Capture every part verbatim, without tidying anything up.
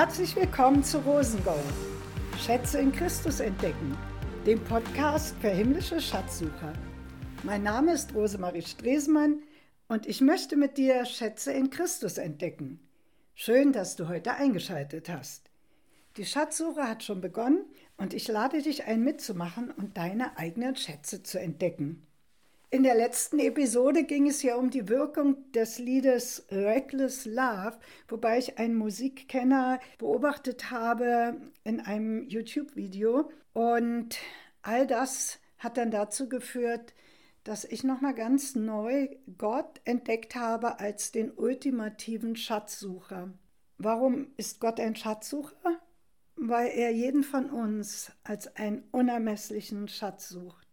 Herzlich willkommen zu Rosengold, Schätze in Christus entdecken, dem Podcast für himmlische Schatzsucher. Mein Name ist Rosemarie Stresemann und ich möchte mit dir Schätze in Christus entdecken. Schön, dass du heute eingeschaltet hast. Die Schatzsuche hat schon begonnen und ich lade dich ein, mitzumachen und deine eigenen Schätze zu entdecken. In der letzten Episode ging es ja um die Wirkung des Liedes Reckless Love, wobei ich einen Musikkenner beobachtet habe in einem YouTube-Video. Und all das hat dann dazu geführt, dass ich nochmal ganz neu Gott entdeckt habe als den ultimativen Schatzsucher. Warum ist Gott ein Schatzsucher? Weil er jeden von uns als einen unermesslichen Schatz sucht.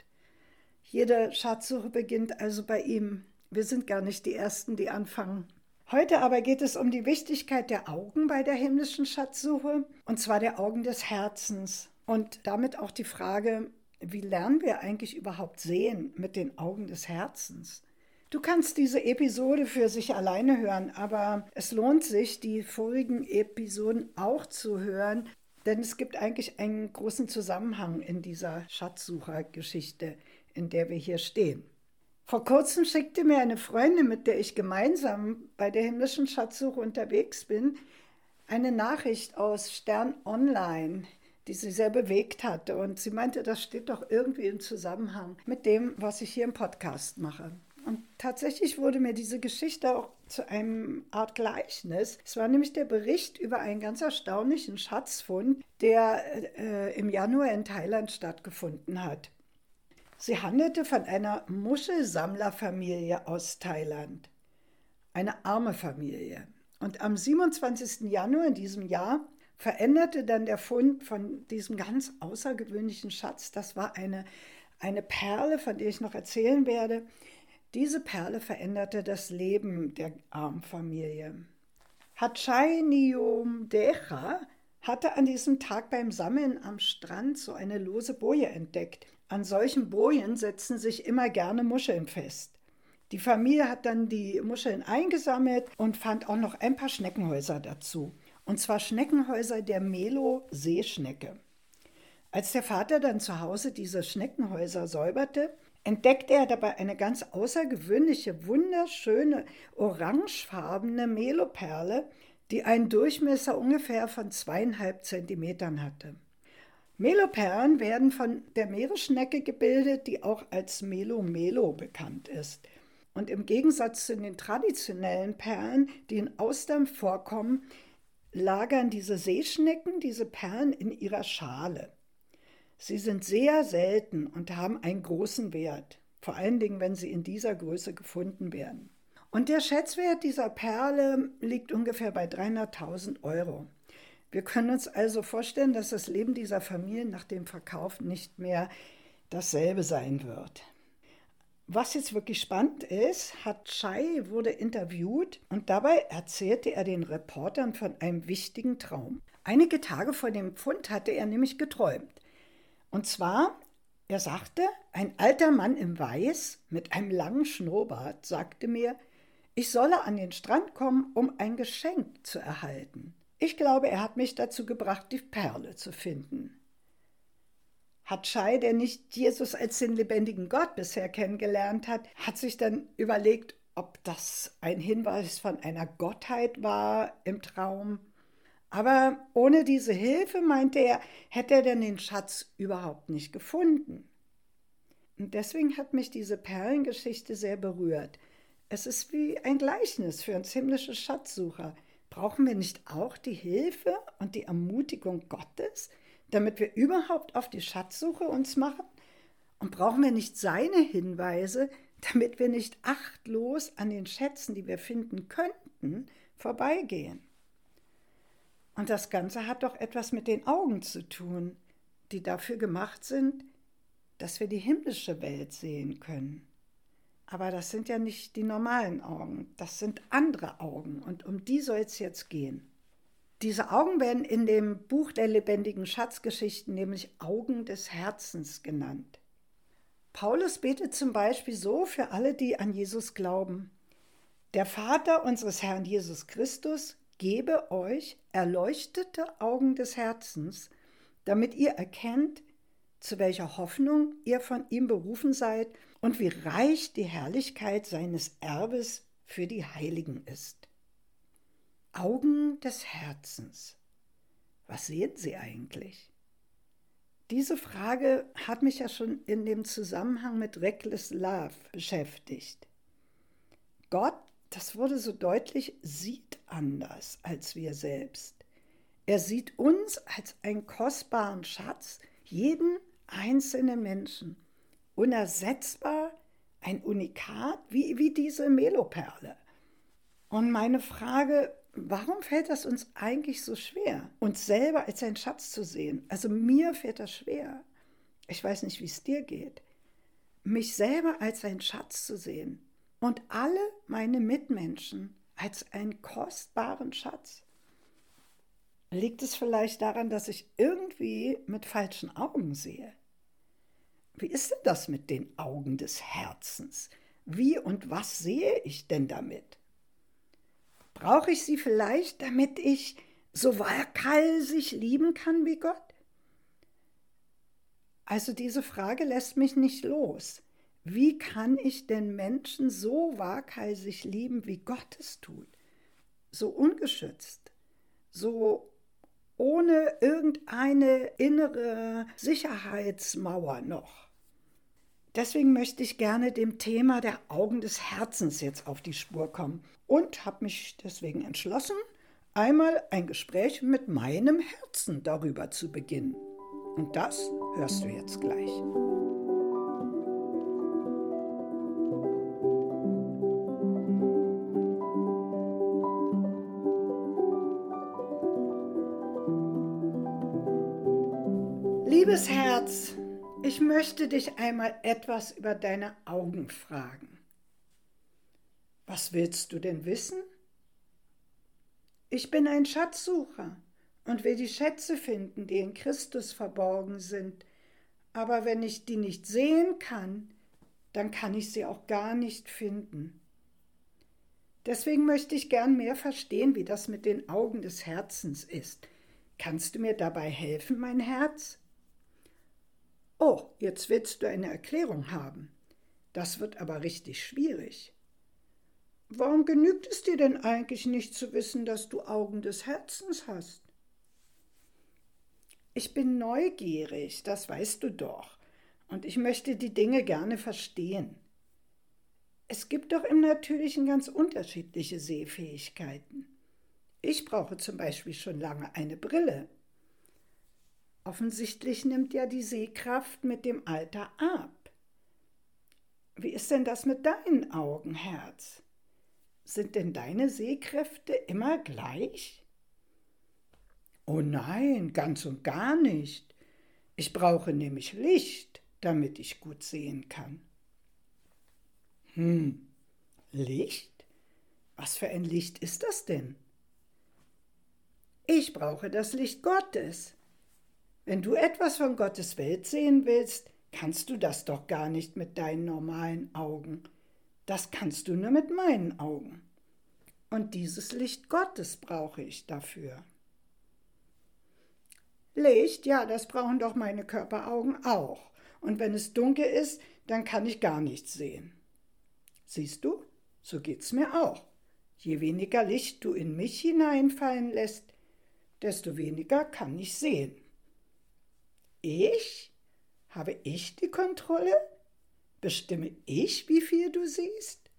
Jede Schatzsuche beginnt also bei ihm. Wir sind gar nicht die Ersten, die anfangen. Heute aber geht es um die Wichtigkeit der Augen bei der himmlischen Schatzsuche, und zwar der Augen des Herzens. Und damit auch die Frage, wie lernen wir eigentlich überhaupt sehen mit den Augen des Herzens? Du kannst diese Episode für sich alleine hören, aber es lohnt sich, die vorigen Episoden auch zu hören, denn es gibt eigentlich einen großen Zusammenhang in dieser Schatzsuchergeschichte, in der wir hier stehen. Vor kurzem schickte mir eine Freundin, mit der ich gemeinsam bei der himmlischen Schatzsuche unterwegs bin, eine Nachricht aus Stern Online, die sie sehr bewegt hatte. Und sie meinte, das steht doch irgendwie im Zusammenhang mit dem, was ich hier im Podcast mache. Und tatsächlich wurde mir diese Geschichte auch zu einem Art Gleichnis. Es war nämlich der Bericht über einen ganz erstaunlichen Schatzfund, der äh, im Januar in Thailand stattgefunden hat. Sie handelte von einer Muschelsammlerfamilie aus Thailand, eine arme Familie. Und am siebenundzwanzigsten Januar in diesem Jahr veränderte dann der Fund von diesem ganz außergewöhnlichen Schatz, das war eine, eine Perle, von der ich noch erzählen werde. Diese Perle veränderte das Leben der armen Familie. Hatchai Niyomdecha hatte an diesem Tag beim Sammeln am Strand so eine lose Boje entdeckt. An solchen Bojen setzen sich immer gerne Muscheln fest. Die Familie hat dann die Muscheln eingesammelt und fand auch noch ein paar Schneckenhäuser dazu. Und zwar Schneckenhäuser der Melo-Seeschnecke. Als der Vater dann zu Hause diese Schneckenhäuser säuberte, entdeckte er dabei eine ganz außergewöhnliche, wunderschöne, orangefarbene Meloperle, die einen Durchmesser ungefähr von zweieinhalb Zentimetern hatte. Meloperlen werden von der Meeresschnecke gebildet, die auch als Melo-Melo bekannt ist. Und im Gegensatz zu den traditionellen Perlen, die in Austern vorkommen, lagern diese Seeschnecken diese Perlen in ihrer Schale. Sie sind sehr selten und haben einen großen Wert, vor allen Dingen, wenn sie in dieser Größe gefunden werden. Und der Schätzwert dieser Perle liegt ungefähr bei dreihunderttausend Euro. Wir können uns also vorstellen, dass das Leben dieser Familie nach dem Verkauf nicht mehr dasselbe sein wird. Was jetzt wirklich spannend ist, Hatchai wurde interviewt und dabei erzählte er den Reportern von einem wichtigen Traum. Einige Tage vor dem Fund hatte er nämlich geträumt. Und zwar, er sagte, ein alter Mann in Weiß mit einem langen Schnurrbart sagte mir, ich solle an den Strand kommen, um ein Geschenk zu erhalten. Ich glaube, er hat mich dazu gebracht, die Perle zu finden. Hatchai, der nicht Jesus als den lebendigen Gott bisher kennengelernt hat, hat sich dann überlegt, ob das ein Hinweis von einer Gottheit war im Traum. Aber ohne diese Hilfe, meinte er, hätte er denn den Schatz überhaupt nicht gefunden. Und deswegen hat mich diese Perlengeschichte sehr berührt. Es ist wie ein Gleichnis für uns himmlische Schatzsucher. Brauchen wir nicht auch die Hilfe und die Ermutigung Gottes, damit wir überhaupt auf die Schatzsuche uns machen? Und brauchen wir nicht seine Hinweise, damit wir nicht achtlos an den Schätzen, die wir finden könnten, vorbeigehen? Und das Ganze hat doch etwas mit den Augen zu tun, die dafür gemacht sind, dass wir die himmlische Welt sehen können. Aber das sind ja nicht die normalen Augen, das sind andere Augen und um die soll es jetzt gehen. Diese Augen werden in dem Buch der lebendigen Schatzgeschichten nämlich Augen des Herzens genannt. Paulus betet zum Beispiel so für alle, die an Jesus glauben. Der Vater unseres Herrn Jesus Christus gebe euch erleuchtete Augen des Herzens, damit ihr erkennt, zu welcher Hoffnung ihr von ihm berufen seid und wie reich die Herrlichkeit seines Erbes für die Heiligen ist. Augen des Herzens. Was sehen sie eigentlich? Diese Frage hat mich ja schon in dem Zusammenhang mit Reckless Love beschäftigt. Gott, das wurde so deutlich, sieht anders als wir selbst. Er sieht uns als einen kostbaren Schatz, jeden einzelnen Menschen, unersetzbar, ein Unikat, wie, wie diese Meloperle. Und meine Frage, warum fällt das uns eigentlich so schwer, uns selber als einen Schatz zu sehen? Also mir fällt das schwer. Ich weiß nicht, wie es dir geht. Mich selber als einen Schatz zu sehen und alle meine Mitmenschen als einen kostbaren Schatz. Liegt es vielleicht daran, dass ich irgendwie mit falschen Augen sehe? Wie ist denn das mit den Augen des Herzens? Wie und was sehe ich denn damit? Brauche ich sie vielleicht, damit ich so waghalsig lieben kann wie Gott? Also diese Frage lässt mich nicht los. Wie kann ich denn Menschen so waghalsig lieben, wie Gott es tut? So ungeschützt, so ohne irgendeine innere Sicherheitsmauer noch. Deswegen möchte ich gerne dem Thema der Augen des Herzens jetzt auf die Spur kommen und habe mich deswegen entschlossen, einmal ein Gespräch mit meinem Herzen darüber zu beginnen. Und das hörst du jetzt gleich. Liebes Herz, ich möchte dich einmal etwas über deine Augen fragen. Was willst du denn wissen? Ich bin ein Schatzsucher und will die Schätze finden, die in Christus verborgen sind. Aber wenn ich die nicht sehen kann, dann kann ich sie auch gar nicht finden. Deswegen möchte ich gern mehr verstehen, wie das mit den Augen des Herzens ist. Kannst du mir dabei helfen, mein Herz? Oh, jetzt willst du eine Erklärung haben. Das wird aber richtig schwierig. Warum genügt es dir denn eigentlich nicht zu wissen, dass du Augen des Herzens hast? Ich bin neugierig, das weißt du doch, und ich möchte die Dinge gerne verstehen. Es gibt doch im Natürlichen ganz unterschiedliche Sehfähigkeiten. Ich brauche zum Beispiel schon lange eine Brille. Offensichtlich nimmt ja die Sehkraft mit dem Alter ab. Wie ist denn das mit deinen Augen, Herz? Sind denn deine Sehkräfte immer gleich? Oh nein, ganz und gar nicht. Ich brauche nämlich Licht, damit ich gut sehen kann. Hm, Licht? Was für ein Licht ist das denn? Ich brauche das Licht Gottes. Wenn du etwas von Gottes Welt sehen willst, kannst du das doch gar nicht mit deinen normalen Augen. Das kannst du nur mit meinen Augen. Und dieses Licht Gottes brauche ich dafür. Licht, ja, das brauchen doch meine Körperaugen auch. Und wenn es dunkel ist, dann kann ich gar nichts sehen. Siehst du, so geht's mir auch. Je weniger Licht du in mich hineinfallen lässt, desto weniger kann ich sehen. Ich? Habe ich die Kontrolle? Bestimme ich, wie viel du siehst?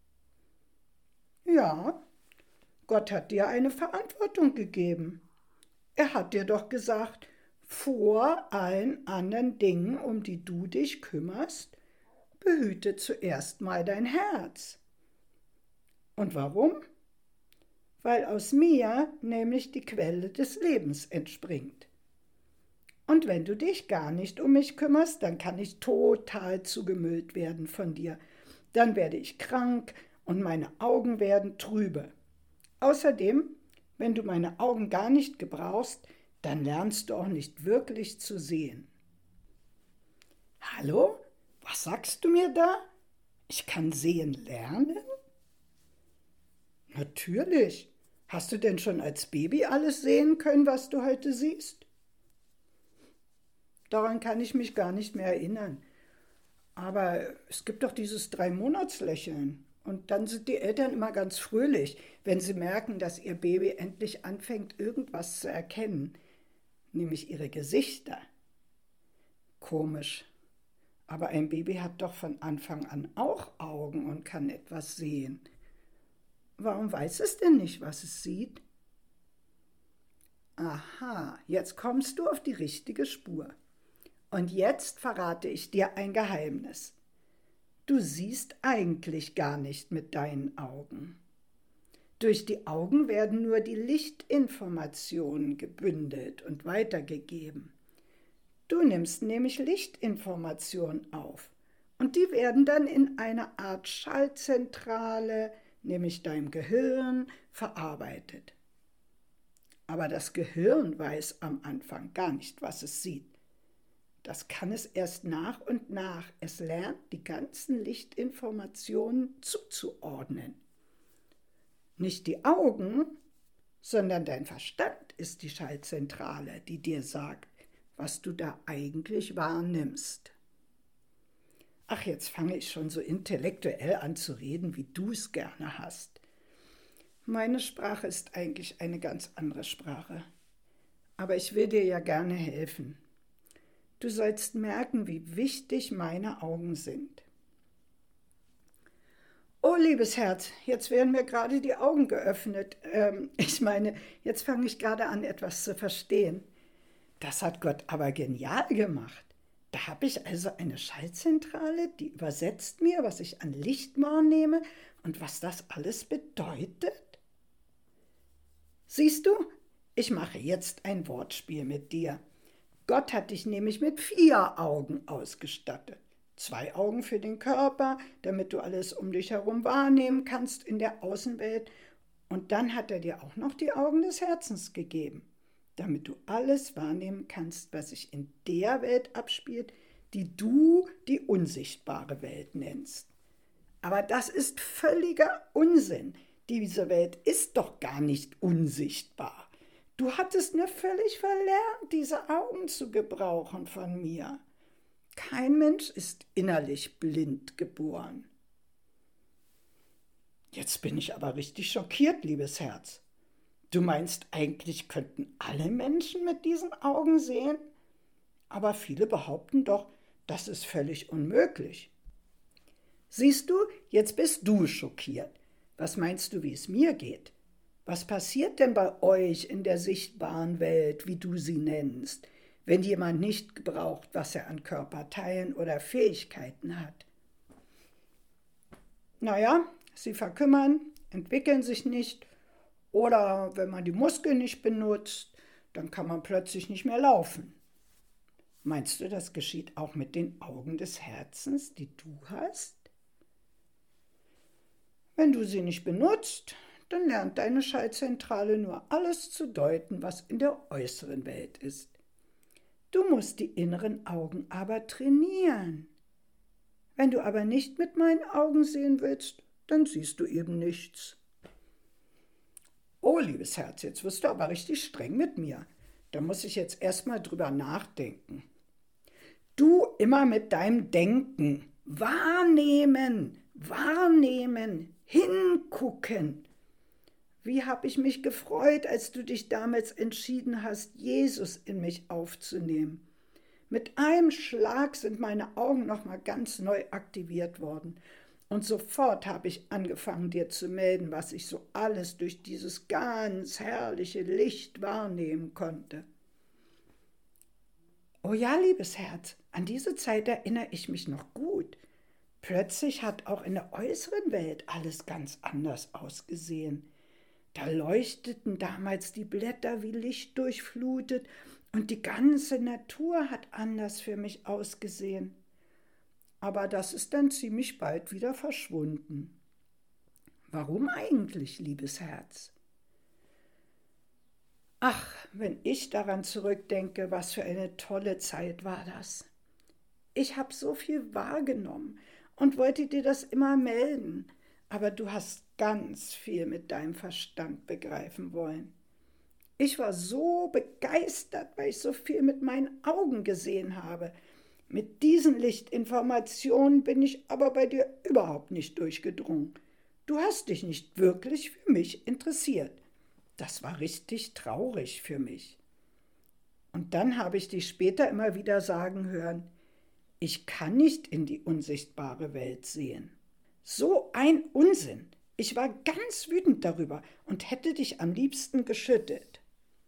Ja, Gott hat dir eine Verantwortung gegeben. Er hat dir doch gesagt, vor allen anderen Dingen, um die du dich kümmerst, behüte zuerst mal dein Herz. Und warum? Weil aus mir nämlich die Quelle des Lebens entspringt. Und wenn du dich gar nicht um mich kümmerst, dann kann ich total zugemüllt werden von dir. Dann werde ich krank und meine Augen werden trübe. Außerdem, wenn du meine Augen gar nicht gebrauchst, dann lernst du auch nicht wirklich zu sehen. Hallo? Was sagst du mir da? Ich kann sehen lernen? Natürlich. Hast du denn schon als Baby alles sehen können, was du heute siehst? Daran kann ich mich gar nicht mehr erinnern. Aber es gibt doch dieses Drei-Monats-Lächeln. Und dann sind die Eltern immer ganz fröhlich, wenn sie merken, dass ihr Baby endlich anfängt, irgendwas zu erkennen, nämlich ihre Gesichter. Komisch. Aber ein Baby hat doch von Anfang an auch Augen und kann etwas sehen. Warum weiß es denn nicht, was es sieht? Aha, jetzt kommst du auf die richtige Spur. Und jetzt verrate ich dir ein Geheimnis. Du siehst eigentlich gar nicht mit deinen Augen. Durch die Augen werden nur die Lichtinformationen gebündelt und weitergegeben. Du nimmst nämlich Lichtinformationen auf und die werden dann in einer Art Schaltzentrale, nämlich deinem Gehirn, verarbeitet. Aber das Gehirn weiß am Anfang gar nicht, was es sieht. Das kann es erst nach und nach. Es lernt, die ganzen Lichtinformationen zuzuordnen. Nicht die Augen, sondern dein Verstand ist die Schaltzentrale, die dir sagt, was du da eigentlich wahrnimmst. Ach, jetzt fange ich schon so intellektuell an zu reden, wie du es gerne hast. Meine Sprache ist eigentlich eine ganz andere Sprache. Aber ich will dir ja gerne helfen. Du sollst merken, wie wichtig meine Augen sind. Oh, liebes Herz, jetzt werden mir gerade die Augen geöffnet. Ähm, ich meine, jetzt fange ich gerade an, etwas zu verstehen. Das hat Gott aber genial gemacht. Da habe ich also eine Schaltzentrale, die übersetzt mir, was ich an Licht wahrnehme und was das alles bedeutet. Siehst du, ich mache jetzt ein Wortspiel mit dir. Gott hat dich nämlich mit vier Augen ausgestattet. Zwei Augen für den Körper, damit du alles um dich herum wahrnehmen kannst in der Außenwelt. Und dann hat er dir auch noch die Augen des Herzens gegeben, damit du alles wahrnehmen kannst, was sich in der Welt abspielt, die du die unsichtbare Welt nennst. Aber das ist völliger Unsinn. Diese Welt ist doch gar nicht unsichtbar. Du hattest nur völlig verlernt, diese Augen zu gebrauchen von mir. Kein Mensch ist innerlich blind geboren. Jetzt bin ich aber richtig schockiert, liebes Herz. Du meinst, eigentlich könnten alle Menschen mit diesen Augen sehen? Aber viele behaupten doch, das ist völlig unmöglich. Siehst du, jetzt bist du schockiert. Was meinst du, wie es mir geht? Was passiert denn bei euch in der sichtbaren Welt, wie du sie nennst, wenn jemand nicht gebraucht, was er an Körperteilen oder Fähigkeiten hat? Naja, sie verkümmern, entwickeln sich nicht oder wenn man die Muskeln nicht benutzt, dann kann man plötzlich nicht mehr laufen. Meinst du, das geschieht auch mit den Augen des Herzens, die du hast? Wenn du sie nicht benutzt, dann lernt deine Schaltzentrale nur alles zu deuten, was in der äußeren Welt ist. Du musst die inneren Augen aber trainieren. Wenn du aber nicht mit meinen Augen sehen willst, dann siehst du eben nichts. Oh, liebes Herz, jetzt wirst du aber richtig streng mit mir. Da muss ich jetzt erstmal drüber nachdenken. Du immer mit deinem Denken. Wahrnehmen, wahrnehmen, hingucken. Wie habe ich mich gefreut, als du dich damals entschieden hast, Jesus in mich aufzunehmen. Mit einem Schlag sind meine Augen nochmal ganz neu aktiviert worden. Und sofort habe ich angefangen, dir zu melden, was ich so alles durch dieses ganz herrliche Licht wahrnehmen konnte. Oh ja, liebes Herz, an diese Zeit erinnere ich mich noch gut. Plötzlich hat auch in der äußeren Welt alles ganz anders ausgesehen. Da leuchteten damals die Blätter wie Licht durchflutet und die ganze Natur hat anders für mich ausgesehen. Aber das ist dann ziemlich bald wieder verschwunden. Warum eigentlich, liebes Herz? Ach, wenn ich daran zurückdenke, was für eine tolle Zeit war das. Ich habe so viel wahrgenommen und wollte dir das immer melden. aber du hast ganz viel mit deinem Verstand begreifen wollen. Ich war so begeistert, weil ich so viel mit meinen Augen gesehen habe. Mit diesen Lichtinformationen bin ich aber bei dir überhaupt nicht durchgedrungen. Du hast dich nicht wirklich für mich interessiert. Das war richtig traurig für mich. Und dann habe ich dich später immer wieder sagen hören, ich kann nicht in die unsichtbare Welt sehen. So ein Unsinn. Ich war ganz wütend darüber und hätte dich am liebsten geschüttet.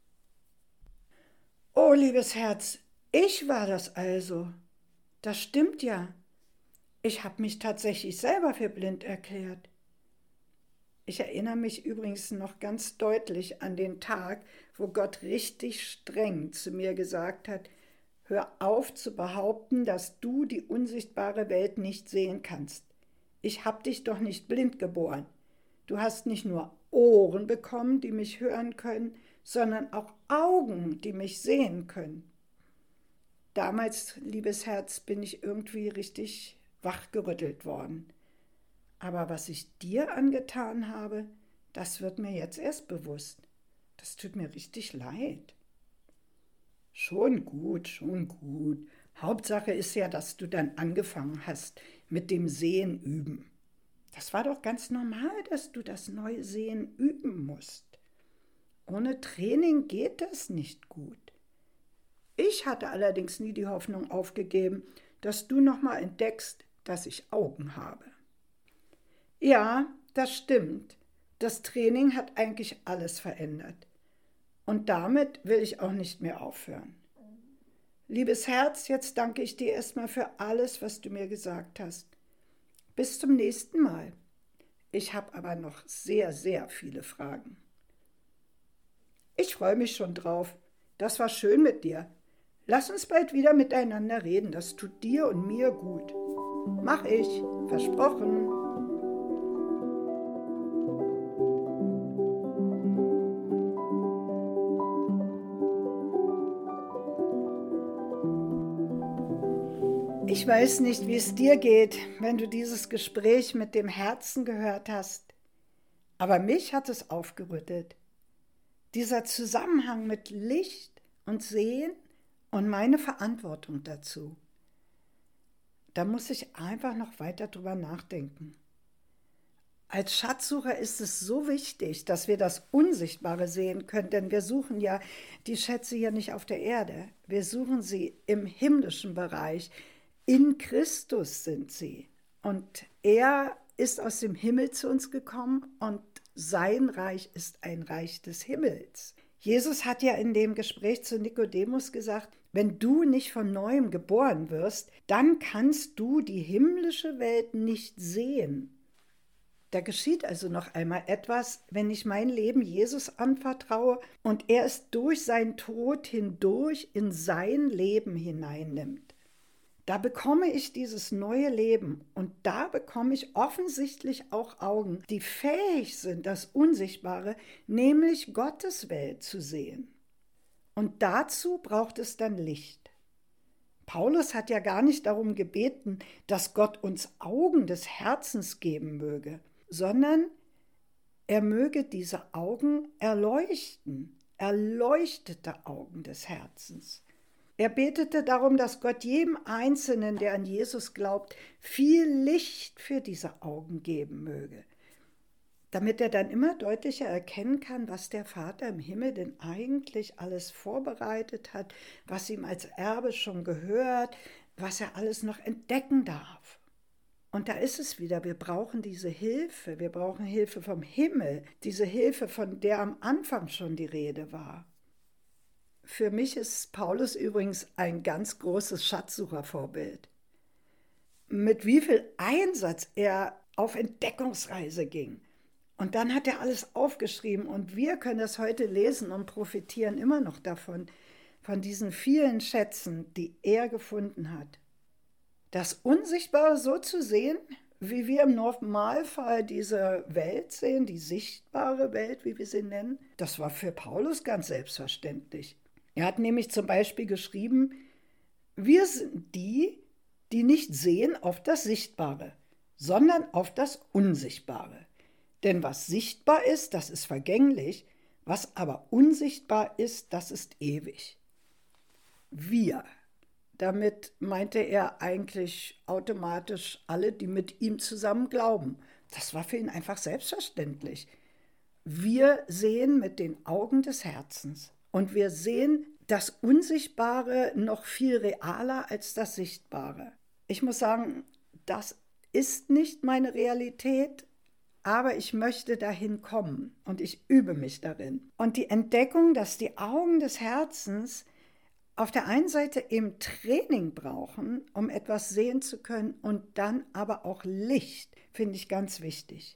Oh, liebes Herz, ich war das also. Das stimmt ja. Ich habe mich tatsächlich selber für blind erklärt. Ich erinnere mich übrigens noch ganz deutlich an den Tag, wo Gott richtig streng zu mir gesagt hat, hör auf zu behaupten, dass du die unsichtbare Welt nicht sehen kannst. Ich habe dich doch nicht blind geboren. Du hast nicht nur Ohren bekommen, die mich hören können, sondern auch Augen, die mich sehen können. Damals, liebes Herz, bin ich irgendwie richtig wachgerüttelt worden. Aber was ich dir angetan habe, das wird mir jetzt erst bewusst. Das tut mir richtig leid. Schon gut, schon gut. Hauptsache ist ja, dass du dann angefangen hast mit dem Sehen üben. Das war doch ganz normal, dass du das neue Sehen üben musst. Ohne Training geht das nicht gut. Ich hatte allerdings nie die Hoffnung aufgegeben, dass du nochmal entdeckst, dass ich Augen habe. Ja, das stimmt. Das Training hat eigentlich alles verändert. Und damit will ich auch nicht mehr aufhören. Liebes Herz, jetzt danke ich dir erstmal für alles, was du mir gesagt hast. Bis zum nächsten Mal. Ich habe aber noch sehr, sehr viele Fragen. Ich freue mich schon drauf. Das war schön mit dir. Lass uns bald wieder miteinander reden. Das tut dir und mir gut. Mach ich. Versprochen. Ich weiß nicht, wie es dir geht, wenn du dieses Gespräch mit dem Herzen gehört hast, aber mich hat es aufgerüttelt. Dieser Zusammenhang mit Licht und Sehen und meine Verantwortung dazu. Da muss ich einfach noch weiter drüber nachdenken. Als Schatzsucher ist es so wichtig, dass wir das Unsichtbare sehen können, denn wir suchen ja die Schätze hier nicht auf der Erde. Wir suchen sie im himmlischen Bereich. In Christus sind sie. Und er ist aus dem Himmel zu uns gekommen und sein Reich ist ein Reich des Himmels. Jesus hat ja in dem Gespräch zu Nikodemus gesagt, wenn du nicht von Neuem geboren wirst, dann kannst du die himmlische Welt nicht sehen. Da geschieht also noch einmal etwas, wenn ich mein Leben Jesus anvertraue und er es durch seinen Tod hindurch in sein Leben hineinnimmt. Da bekomme ich dieses neue Leben und da bekomme ich offensichtlich auch Augen, die fähig sind, das Unsichtbare, nämlich Gottes Welt zu sehen. Und dazu braucht es dann Licht. Paulus hat ja gar nicht darum gebeten, dass Gott uns Augen des Herzens geben möge, sondern er möge diese Augen erleuchten, erleuchtete Augen des Herzens. Er betete darum, dass Gott jedem Einzelnen, der an Jesus glaubt, viel Licht für diese Augen geben möge, damit er dann immer deutlicher erkennen kann, was der Vater im Himmel denn eigentlich alles vorbereitet hat, was ihm als Erbe schon gehört, was er alles noch entdecken darf. Und da ist es wieder, wir brauchen diese Hilfe, wir brauchen Hilfe vom Himmel, diese Hilfe, von der am Anfang schon die Rede war. Für mich ist Paulus übrigens ein ganz großes Schatzsuchervorbild. Mit wie viel Einsatz er auf Entdeckungsreise ging. Und dann hat er alles aufgeschrieben und wir können das heute lesen und profitieren immer noch davon, von diesen vielen Schätzen, die er gefunden hat. Das Unsichtbare so zu sehen, wie wir im Normalfall diese Welt sehen, die sichtbare Welt, wie wir sie nennen, das war für Paulus ganz selbstverständlich. Er hat nämlich zum Beispiel geschrieben, wir sind die, die nicht sehen auf das Sichtbare, sondern auf das Unsichtbare. Denn was sichtbar ist, das ist vergänglich, was aber unsichtbar ist, das ist ewig. Wir. Damit meinte er eigentlich automatisch alle, die mit ihm zusammen glauben. Das war für ihn einfach selbstverständlich. Wir sehen mit den Augen des Herzens und wir sehen das Unsichtbare noch viel realer als das Sichtbare. Ich muss sagen, das ist nicht meine Realität, aber ich möchte dahin kommen und ich übe mich darin. Und die Entdeckung, dass die Augen des Herzens auf der einen Seite eben Training brauchen, um etwas sehen zu können und dann aber auch Licht, finde ich ganz wichtig.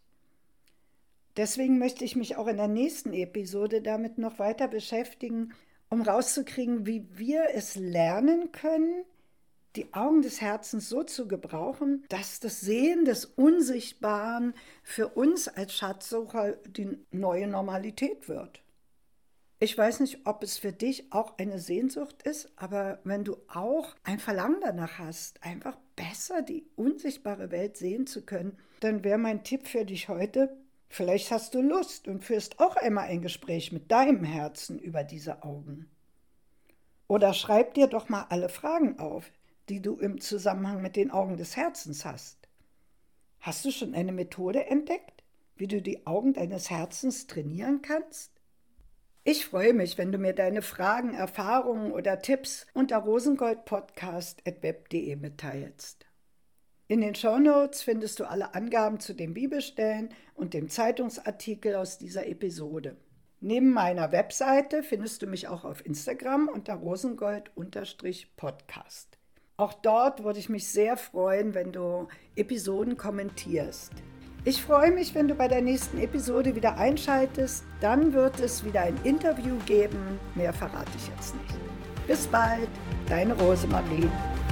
Deswegen möchte ich mich auch in der nächsten Episode damit noch weiter beschäftigen, um rauszukriegen, wie wir es lernen können, die Augen des Herzens so zu gebrauchen, dass das Sehen des Unsichtbaren für uns als Schatzsucher die neue Normalität wird. Ich weiß nicht, ob es für dich auch eine Sehnsucht ist, aber wenn du auch ein Verlangen danach hast, einfach besser die unsichtbare Welt sehen zu können, dann wäre mein Tipp für dich heute: Vielleicht hast du Lust und führst auch einmal ein Gespräch mit deinem Herzen über diese Augen. Oder schreib dir doch mal alle Fragen auf, die du im Zusammenhang mit den Augen des Herzens hast. Hast du schon eine Methode entdeckt, wie du die Augen deines Herzens trainieren kannst? Ich freue mich, wenn du mir deine Fragen, Erfahrungen oder Tipps unter rosengoldpodcast at web punkt de mitteilst. In den Shownotes findest du alle Angaben zu den Bibelstellen und dem Zeitungsartikel aus dieser Episode. Neben meiner Webseite findest du mich auch auf Instagram unter rosengold-podcast. Auch dort würde ich mich sehr freuen, wenn du Episoden kommentierst. Ich freue mich, wenn du bei der nächsten Episode wieder einschaltest. Dann wird es wieder ein Interview geben. Mehr verrate ich jetzt nicht. Bis bald, deine Rosemarie.